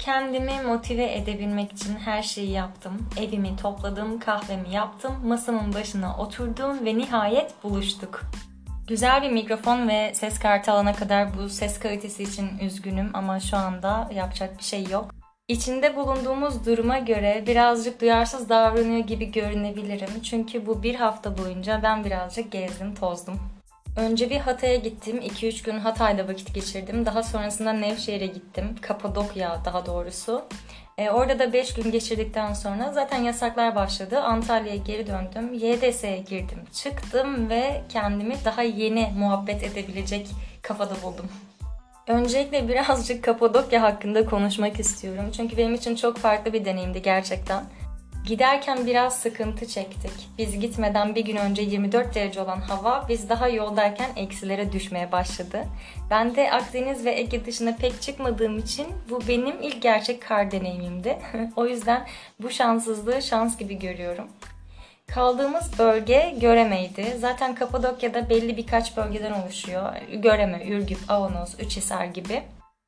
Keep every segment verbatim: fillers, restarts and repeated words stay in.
Kendimi motive edebilmek için her şeyi yaptım. Evimi topladım, kahvemi yaptım, masamın başına oturdum ve nihayet buluştuk. Güzel bir mikrofon ve ses kartı alana kadar bu ses kalitesi için üzgünüm ama şu anda yapacak bir şey yok. İçinde bulunduğumuz duruma göre birazcık duyarsız davranıyor gibi görünebilirim. Çünkü bu bir hafta boyunca ben birazcık gezdim, tozdum. Önce bir Hatay'a gittim. iki üç gün Hatay'da vakit geçirdim. Daha sonrasında Nevşehir'e gittim. Kapadokya daha doğrusu. E, orada da beş gün geçirdikten sonra zaten yasaklar başladı. Antalya'ya geri döndüm. Y D S'ye girdim. Çıktım ve kendimi daha yeni muhabbet edebilecek kafada buldum. Öncelikle birazcık Kapadokya hakkında konuşmak istiyorum. Çünkü benim için çok farklı bir deneyimdi gerçekten. Giderken biraz sıkıntı çektik. Biz gitmeden bir gün önce yirmi dört derece olan hava biz daha yoldayken eksilere düşmeye başladı. Ben de Akdeniz ve Ege dışına pek çıkmadığım için bu benim ilk gerçek kar deneyimimdi. O yüzden bu şanssızlığı şans gibi görüyorum. Kaldığımız bölge Göreme'ydi. Zaten Kapadokya'da belli birkaç bölgeden oluşuyor. Göreme, Ürgüp, Avanos, Üçhisar gibi.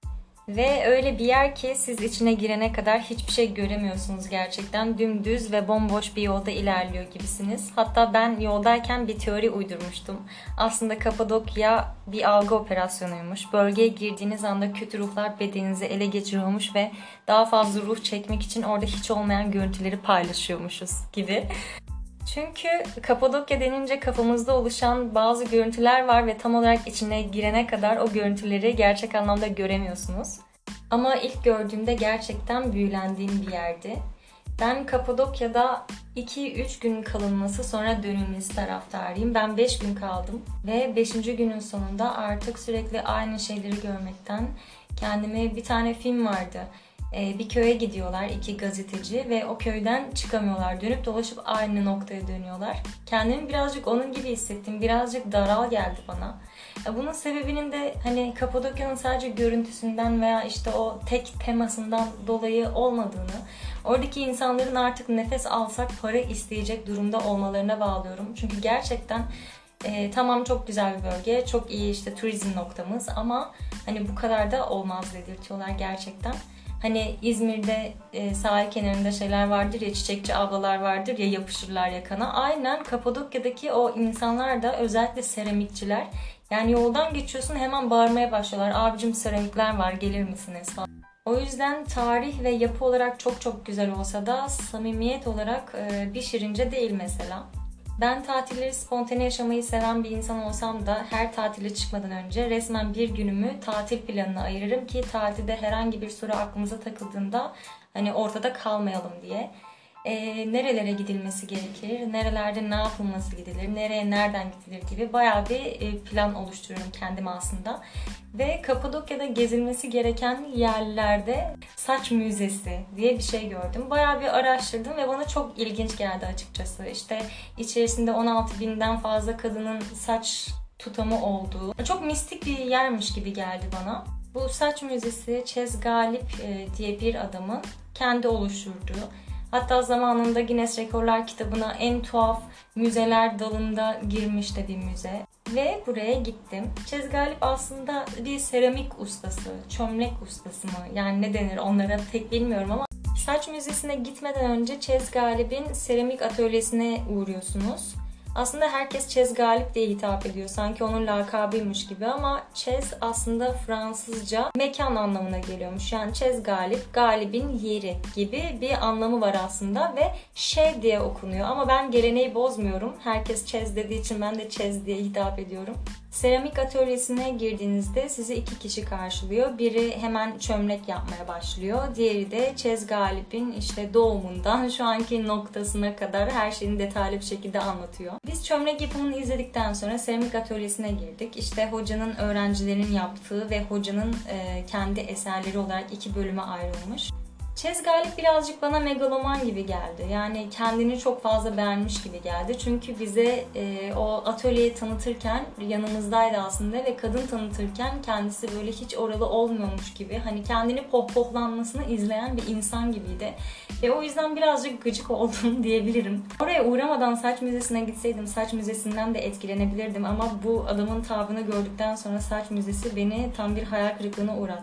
Ve öyle bir yer ki siz içine girene kadar hiçbir şey göremiyorsunuz gerçekten. Dümdüz ve bomboş bir yolda ilerliyor gibisiniz. Hatta ben yoldayken bir teori uydurmuştum. Aslında Kapadokya bir algı operasyonuymuş. Bölgeye girdiğiniz anda kötü ruhlar bedeninizi ele geçiriyormuş ve daha fazla ruh çekmek için orada hiç olmayan görüntüleri paylaşıyormuşuz gibi. Çünkü Kapadokya denince kafamızda oluşan bazı görüntüler var ve tam olarak içine girene kadar o görüntüleri gerçek anlamda göremiyorsunuz. Ama ilk gördüğümde gerçekten büyülendiğim bir yerdi. Ben Kapadokya'da iki üç gün kalınması sonra dönülmesi taraftarıyım. Ben beş gün kaldım ve beşinci günün sonunda artık sürekli aynı şeyleri görmekten kendime bir tane film vardı. Bir köye gidiyorlar iki gazeteci ve o köyden çıkamıyorlar. Dönüp dolaşıp aynı noktaya dönüyorlar. Kendimi birazcık onun gibi hissettim. Birazcık daral geldi bana. Bunun sebebinin de hani Kapadokya'nın sadece görüntüsünden veya işte o tek temasından dolayı olmadığını, oradaki insanların artık nefes alsak para isteyecek durumda olmalarına bağlıyorum. Çünkü gerçekten e, tamam çok güzel bir bölge, çok iyi işte turizm noktamız ama hani bu kadar da olmaz dedirtiyorlar gerçekten. Hani İzmir'de e, sahil kenarında şeyler vardır ya, çiçekçi ablalar vardır ya, yapışırlar yakana. Aynen Kapadokya'daki o insanlar da, özellikle seramikçiler. Yani yoldan geçiyorsun hemen bağırmaya başlıyorlar. Abicim seramikler var, gelir misiniz falan. O yüzden tarih ve yapı olarak çok çok güzel olsa da samimiyet olarak e, bir şirince değil mesela. Ben tatilleri spontane yaşamayı seven bir insan olsam da her tatile çıkmadan önce resmen bir günümü tatil planına ayırırım ki tatilde herhangi bir soru aklımıza takıldığında hani ortada kalmayalım diye. E, nerelere gidilmesi gerekir, nerelerde ne yapılması gidilir, nereye nereden gidilir gibi bayağı bir plan oluşturuyorum kendime aslında. Ve Kapadokya'da gezilmesi gereken yerlerde saç müzesi diye bir şey gördüm. Bayağı bir araştırdım ve bana çok ilginç geldi açıkçası. İşte içerisinde on altı binden fazla kadının saç tutamı olduğu, çok mistik bir yermiş gibi geldi bana. Bu saç müzesi Chez Galip diye bir adamın kendi oluşturduğu, hatta zamanında Guinness Rekorlar kitabına en tuhaf müzeler dalında girmiş de bir müze. Ve buraya gittim. Chez Galip aslında bir seramik ustası, çömlek ustası mı? Yani ne denir onlara pek bilmiyorum ama saç müzesine gitmeden önce Chez Galip'in seramik atölyesine uğruyorsunuz. Aslında herkes Chez Galip diye hitap ediyor. Sanki onun lakabıymış gibi ama Chez aslında Fransızca mekan anlamına geliyormuş. Yani Chez Galip, Galip'in yeri gibi bir anlamı var aslında ve şey diye okunuyor. Ama ben geleneği bozmuyorum. Herkes Chez dediği için ben de Chez diye hitap ediyorum. Seramik atölyesine girdiğinizde sizi iki kişi karşılıyor. Biri hemen çömlek yapmaya başlıyor. Diğeri de Chez Galip'in işte doğumundan şu anki noktasına kadar her şeyini detaylı bir şekilde anlatıyor. Biz çömlek yapımını izledikten sonra seramik atölyesine girdik. İşte hocanın, öğrencilerin yaptığı ve hocanın e, kendi eserleri olarak iki bölüme ayrılmış. Chez Galip birazcık bana megaloman gibi geldi. Yani kendini çok fazla beğenmiş gibi geldi. Çünkü bize e, o atölyeyi tanıtırken yanımızdaydı aslında ve kadın tanıtırken kendisi böyle hiç oralı olmuyormuş gibi, hani kendini pohpohlanmasını izleyen bir insan gibiydi. Ve o yüzden birazcık gıcık oldum diyebilirim. Oraya uğramadan saç müzesine gitseydim saç müzesinden de etkilenebilirdim ama bu adamın tavrını gördükten sonra saç müzesi beni tam bir hayal kırıklığına uğrattı.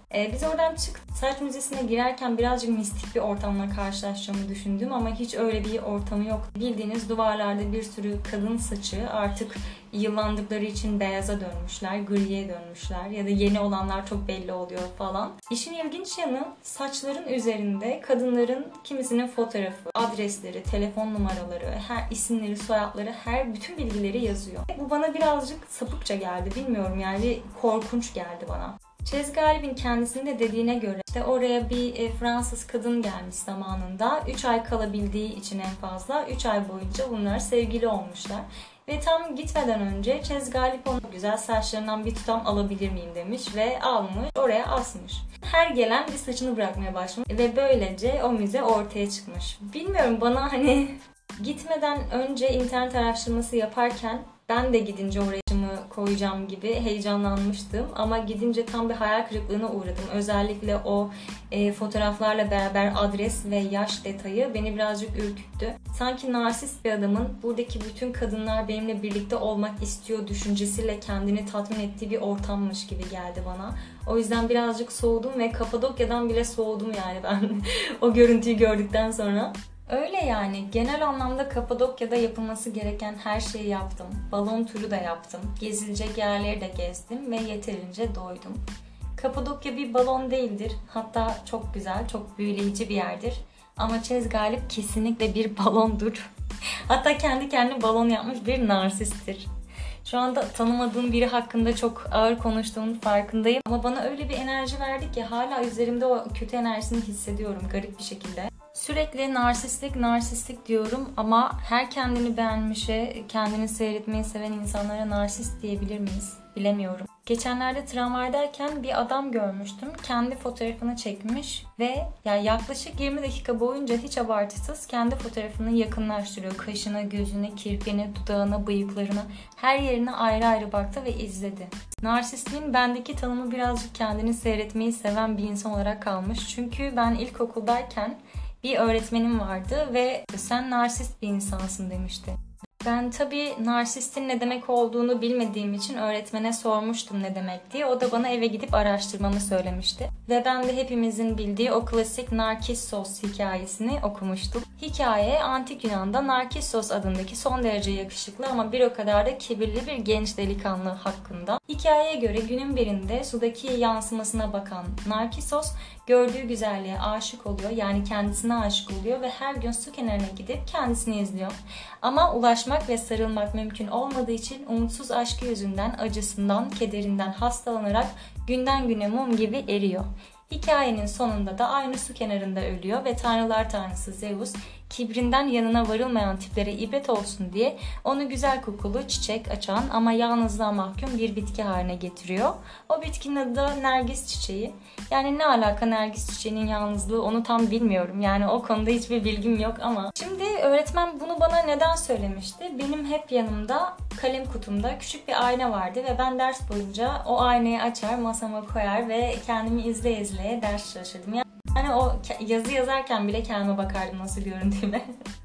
Ee, biz oradan çıktık. Saç müzesine girerken birazcık mistik bir ortamla karşılaşacağımı düşündüm ama hiç öyle bir ortamı yok. Bildiğiniz duvarlarda bir sürü kadın saçı, artık yıllandıkları için beyaza dönmüşler, griye dönmüşler ya da yeni olanlar çok belli oluyor falan. İşin ilginç yanı, saçların üzerinde kadınların kimisinin fotoğrafı, adresleri, telefon numaraları, her isimleri, soyadları, her bütün bilgileri yazıyor. Bu bana birazcık sapıkça geldi, bilmiyorum yani, korkunç geldi bana. Chaz Galip'in kendisinin de dediğine göre işte oraya bir e, Fransız kadın gelmiş zamanında. üç ay kalabildiği için en fazla. üç ay boyunca bunlar sevgili olmuşlar. Ve tam gitmeden önce Chaz Galip ona güzel saçlarından bir tutam alabilir miyim demiş ve almış, oraya asmış. Her gelen bir saçını bırakmaya başlamış ve böylece o müze ortaya çıkmış. Bilmiyorum, bana hani gitmeden önce internet araştırması yaparken ben de gidince oraya koyacağım gibi heyecanlanmıştım ama gidince tam bir hayal kırıklığına uğradım. Özellikle o e, fotoğraflarla beraber adres ve yaş detayı beni birazcık ürküttü. Sanki narsist bir adamın buradaki bütün kadınlar benimle birlikte olmak istiyor düşüncesiyle kendini tatmin ettiği bir ortammış gibi geldi bana. O yüzden birazcık soğudum ve Kapadokya'dan bile soğudum yani ben o görüntüyü gördükten sonra. Öyle yani, genel anlamda Kapadokya'da yapılması gereken her şeyi yaptım. Balon turu da yaptım. Gezilecek yerleri de gezdim ve yeterince doydum. Kapadokya bir balon değildir. Hatta çok güzel, çok büyüleyici bir yerdir. Ama Chaz Galip kesinlikle bir balondur. Hatta kendi kendine balon yapmış bir narsisttir. Şu anda tanımadığım biri hakkında çok ağır konuştuğumun farkındayım. Ama bana öyle bir enerji verdi ki hala üzerimde o kötü enerjisini hissediyorum garip bir şekilde. Sürekli narsistlik narsistlik diyorum ama her kendini beğenmişe, kendini seyretmeyi seven insanlara narsist diyebilir miyiz? Bilemiyorum. Geçenlerde tramvaydayken bir adam görmüştüm. Kendi fotoğrafını çekmiş ve yani yaklaşık yirmi dakika boyunca hiç abartısız kendi fotoğrafını yakınlaştırıyor. Kaşına, gözüne, kirpiğine, dudağına, bıyıklarına, her yerine ayrı ayrı baktı ve izledi. Narsistliğin bendeki tanımı birazcık kendini seyretmeyi seven bir insan olarak kalmış. Çünkü ben ilkokuldayken bir öğretmenim vardı ve sen narsist bir insansın demişti. Ben tabii narsistin ne demek olduğunu bilmediğim için öğretmene sormuştum ne demek diye. O da bana eve gidip araştırmamı söylemişti. Ve ben de hepimizin bildiği o klasik Narkissos hikayesini okumuştum. Hikaye Antik Yunan'da Narkissos adındaki son derece yakışıklı ama bir o kadar da kibirli bir genç delikanlı hakkında. Hikayeye göre günün birinde sudaki yansımasına bakan Narkissos gördüğü güzelliğe aşık oluyor. Yani kendisine aşık oluyor ve her gün su kenarına gidip kendisini izliyor. Ama ulaşmak ve sarılmak mümkün olmadığı için umutsuz aşkı yüzünden, acısından, kederinden hastalanarak günden güne mum gibi eriyor. Hikayenin sonunda da aynı su kenarında ölüyor ve tanrılar tanrısı Zeus kibrinden yanına varılmayan tiplere ibret olsun diye onu güzel kokulu, çiçek açan ama yalnızlığa mahkum bir bitki haline getiriyor. O bitkinin adı da Nergis çiçeği. Yani ne alaka Nergis çiçeğinin yalnızlığı, onu tam bilmiyorum. Yani o konuda hiçbir bilgim yok ama. Şimdi öğretmen bunu bana neden söylemişti? Benim hep yanımda kalem kutumda küçük bir ayna vardı ve ben ders boyunca o aynayı açar, masama koyar ve kendimi izle izleye ders çalışırdım. Yani o yazı yazarken bile kendime bakardım nasıl göründüğüme.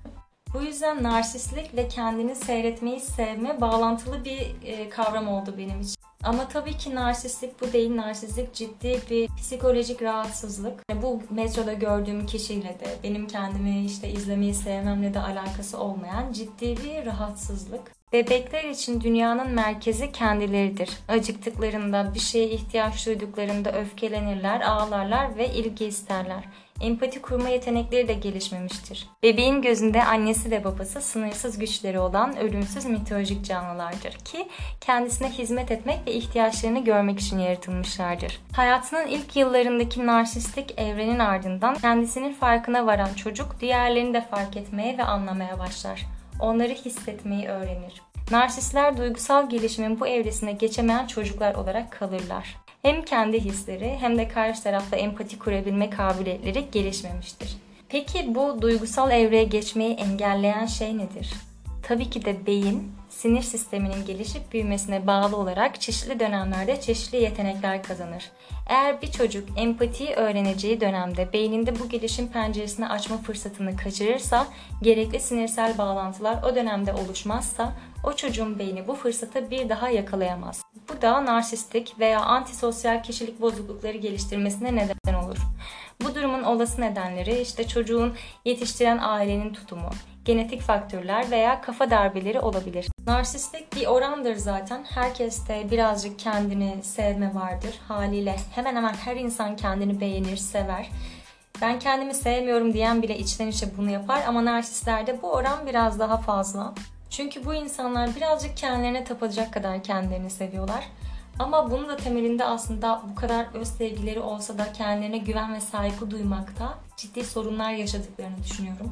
Bu yüzden narsistlik ve kendini seyretmeyi sevme bağlantılı bir kavram oldu benim için. Ama tabii ki narsistlik bu değil. Narsistlik ciddi bir psikolojik rahatsızlık. Bu metroda gördüğüm kişiyle de benim kendimi işte izlemeyi sevmemle de alakası olmayan ciddi bir rahatsızlık. Bebekler için dünyanın merkezi kendileridir. Acıktıklarında, bir şeye ihtiyaç duyduklarında öfkelenirler, ağlarlar ve ilgi isterler. Empati kurma yetenekleri de gelişmemiştir. Bebeğin gözünde annesi ve babası sınırsız güçleri olan ölümsüz mitolojik canlılardır ki kendisine hizmet etmek ve ihtiyaçlarını görmek için yaratılmışlardır. Hayatının ilk yıllarındaki narsistik evrenin ardından kendisinin farkına varan çocuk diğerlerini de fark etmeye ve anlamaya başlar. Onları hissetmeyi öğrenir. Narsistler duygusal gelişimin bu evresine geçemeyen çocuklar olarak kalırlar. Hem kendi hisleri hem de karşı tarafla empati kurabilme kabiliyetleri gelişmemiştir. Peki bu duygusal evreye geçmeyi engelleyen şey nedir? Tabii ki de beyin, sinir sisteminin gelişip büyümesine bağlı olarak çeşitli dönemlerde çeşitli yetenekler kazanır. Eğer bir çocuk empatiyi öğreneceği dönemde beyninde bu gelişim penceresini açma fırsatını kaçırırsa, gerekli sinirsel bağlantılar o dönemde oluşmazsa, o çocuğun beyni bu fırsatı bir daha yakalayamaz. Bu da narsistik veya antisosyal kişilik bozuklukları geliştirmesine neden olur. Bu durumun olası nedenleri işte çocuğun yetiştiren ailenin tutumu, genetik faktörler veya kafa darbeleri olabilir. Narsistlik bir orandır zaten. Herkeste birazcık kendini sevme vardır haliyle. Hemen hemen her insan kendini beğenir, sever. Ben kendimi sevmiyorum diyen bile içten içe bunu yapar ama narsistlerde bu oran biraz daha fazla. Çünkü bu insanlar birazcık kendilerine tapacak kadar kendilerini seviyorlar. Ama bunun da temelinde aslında bu kadar öz sevgileri olsa da kendilerine güven ve saygı duymakta ciddi sorunlar yaşadıklarını düşünüyorum.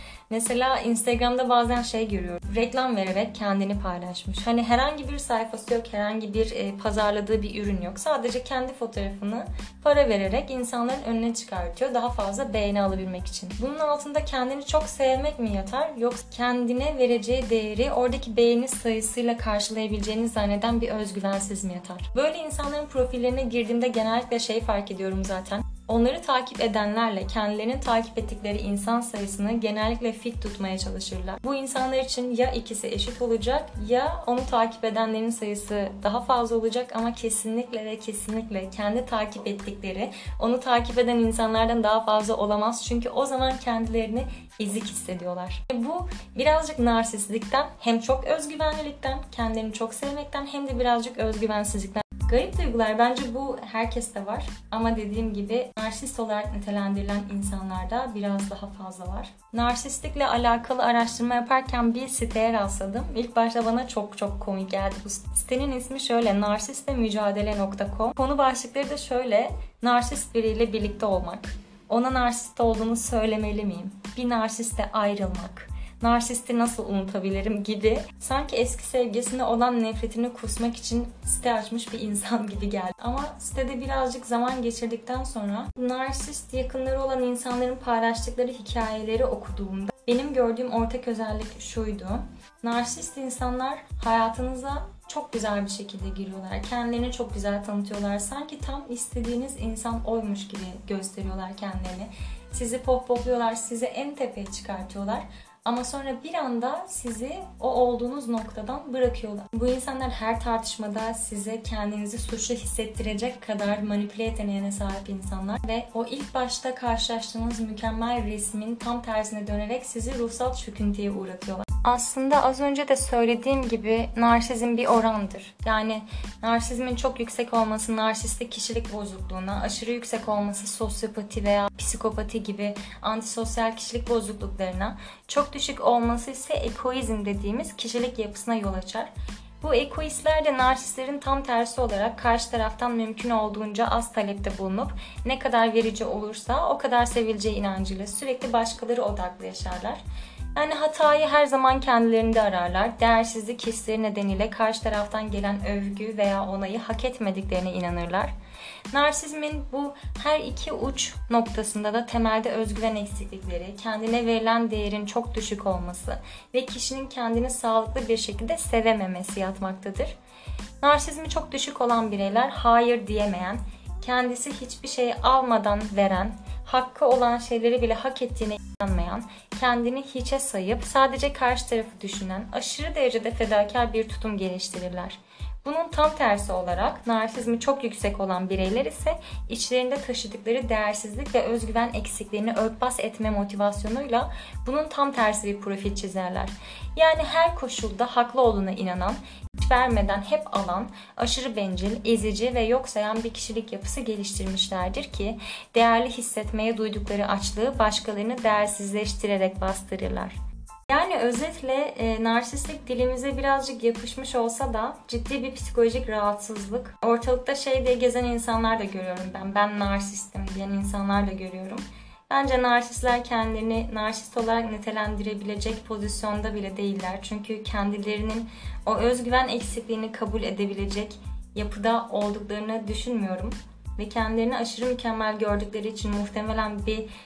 Mesela Instagram'da bazen şey görüyorum. Reklam vererek kendini paylaşmış. Hani herhangi bir sayfası yok, herhangi bir e, pazarladığı bir ürün yok. Sadece kendi fotoğrafını para vererek insanların önüne çıkartıyor. Daha fazla beğeni alabilmek için. Bunun altında kendini çok sevmek mi yatar? Yoksa kendine vereceği değeri oradaki beğeni sayısıyla karşılayabileceğini zanneden bir özgüvensiz mi yatar? Böyle insanların profillerine girdiğimde genellikle şey fark ediyorum zaten. Onları takip edenlerle kendilerinin takip ettikleri insan sayısını genellikle fit tutmaya çalışırlar. Bu insanlar için ya ikisi eşit olacak ya onu takip edenlerin sayısı daha fazla olacak ama kesinlikle ve kesinlikle kendi takip ettikleri onu takip eden insanlardan daha fazla olamaz. Çünkü o zaman kendilerini ezik hissediyorlar. Bu birazcık narsistlikten, hem çok özgüvenlilikten, kendilerini çok sevmekten hem de birazcık özgüvensizlikten. Garip duygular, bence bu herkeste var ama dediğim gibi narsist olarak nitelendirilen insanlarda biraz daha fazla var. Narsistlikle alakalı araştırma yaparken bir siteye rastladım. İlk başta bana çok çok komik geldi bu sitenin ismi şöyle: narsistlemücadele nokta com. Konu başlıkları da şöyle: narsist biriyle birlikte olmak, ona narsist olduğunu söylemeli miyim, bir narsiste ayrılmak, narsisti nasıl unutabilirim gibi, sanki eski sevgilisine olan nefretini kusmak için site açmış bir insan gibi geldi. Ama sitede birazcık zaman geçirdikten sonra narsist yakınları olan insanların paylaştıkları hikayeleri okuduğumda benim gördüğüm ortak özellik şuydu: narsist insanlar hayatınıza çok güzel bir şekilde giriyorlar. Kendilerini çok güzel tanıtıyorlar. Sanki tam istediğiniz insan oymuş gibi gösteriyorlar kendilerini. Sizi pohpohluyorlar, sizi en tepeye çıkartıyorlar. Ama sonra bir anda sizi o olduğunuz noktadan bırakıyorlar. Bu insanlar her tartışmada size kendinizi suçlu hissettirecek kadar manipüle yeteneğine sahip insanlar ve o ilk başta karşılaştığınız mükemmel resmin tam tersine dönerek sizi ruhsal çöküntüye uğratıyorlar. Aslında az önce de söylediğim gibi narsizm bir orandır. Yani narsizmin çok yüksek olması narsistik kişilik bozukluğuna, aşırı yüksek olması sosyopati veya psikopati gibi antisosyal kişilik bozukluklarına, çok düşük olması ise egoizm dediğimiz kişilik yapısına yol açar. Bu egoistler de narsistlerin tam tersi olarak karşı taraftan mümkün olduğunca az talepte bulunup ne kadar verici olursa o kadar sevileceği inancıyla sürekli başkaları odaklı yaşarlar. Yani hatayı her zaman kendilerinde ararlar. Değersizlik hisleri nedeniyle karşı taraftan gelen övgü veya onayı hak etmediklerine inanırlar. Narsizmin bu her iki uç noktasında da temelde özgüven eksiklikleri, kendine verilen değerin çok düşük olması ve kişinin kendini sağlıklı bir şekilde sevememesi yatmaktadır. Narsizmi çok düşük olan bireyler hayır diyemeyen, kendisi hiçbir şey almadan veren, hakkı olan şeyleri bile hak ettiğine inanmayan, kendini hiçe sayıp sadece karşı tarafı düşünen, aşırı derecede fedakar bir tutum geliştirirler. Bunun tam tersi olarak narsizmi çok yüksek olan bireyler ise içlerinde taşıdıkları değersizlik ve özgüven eksikliğini örtbas etme motivasyonuyla bunun tam tersi bir profil çizerler. Yani her koşulda haklı olduğuna inanan, hiç vermeden hep alan, aşırı bencil, ezici ve yok sayan bir kişilik yapısı geliştirmişlerdir ki değerli hissetmeye duydukları açlığı başkalarını değersizleştirerek bastırırlar. Yani özetle e, narsistlik dilimize birazcık yapışmış olsa da ciddi bir psikolojik rahatsızlık. Ortalıkta şey diye gezen insanlar da görüyorum ben. Ben narsistim diyen insanlar da görüyorum. Bence narsistler kendilerini narsist olarak nitelendirebilecek pozisyonda bile değiller. Çünkü kendilerinin o özgüven eksikliğini kabul edebilecek yapıda olduklarını düşünmüyorum. Ve kendilerini aşırı mükemmel gördükleri için muhtemelen bir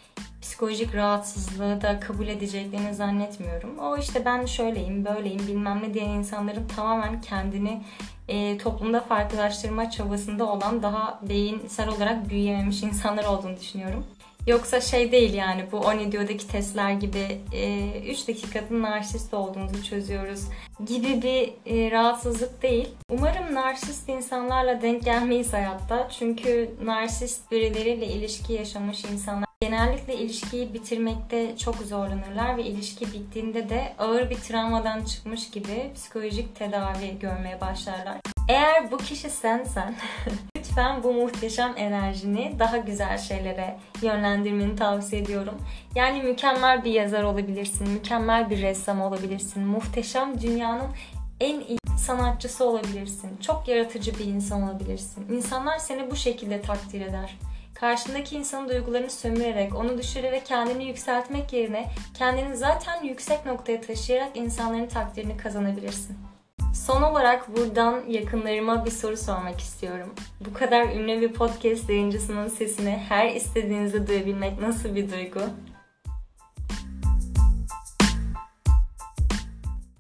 psikolojik rahatsızlığı da kabul edeceklerini zannetmiyorum. O işte ben şöyleyim, böyleyim, bilmem ne diyen insanların tamamen kendini e, toplumda farklılaştırma çabasında olan daha beyinsel olarak büyüyememiş insanlar olduğunu düşünüyorum. Yoksa şey değil yani bu on videodaki testler gibi üç dakikada narsist olduğumuzu çözüyoruz gibi bir e, rahatsızlık değil. Umarım narsist insanlarla denk gelmeyiz hayatta. Çünkü narsist birileriyle ilişki yaşamış insanlar genellikle ilişkiyi bitirmekte çok zorlanırlar ve ilişki bittiğinde de ağır bir travmadan çıkmış gibi psikolojik tedavi görmeye başlarlar. Eğer bu kişi sensen lütfen bu muhteşem enerjini daha güzel şeylere yönlendirmeni tavsiye ediyorum. Yani mükemmel bir yazar olabilirsin, mükemmel bir ressam olabilirsin, muhteşem dünyanın en iyi sanatçısı olabilirsin, çok yaratıcı bir insan olabilirsin. İnsanlar seni bu şekilde takdir eder. Karşındaki insanın duygularını sömürerek, onu düşürerek kendini yükseltmek yerine kendini zaten yüksek noktaya taşıyarak insanların takdirini kazanabilirsin. Son olarak buradan yakınlarıma bir soru sormak istiyorum. Bu kadar ünlü bir podcast yayıncısının sesini her istediğinizde duyabilmek nasıl bir duygu?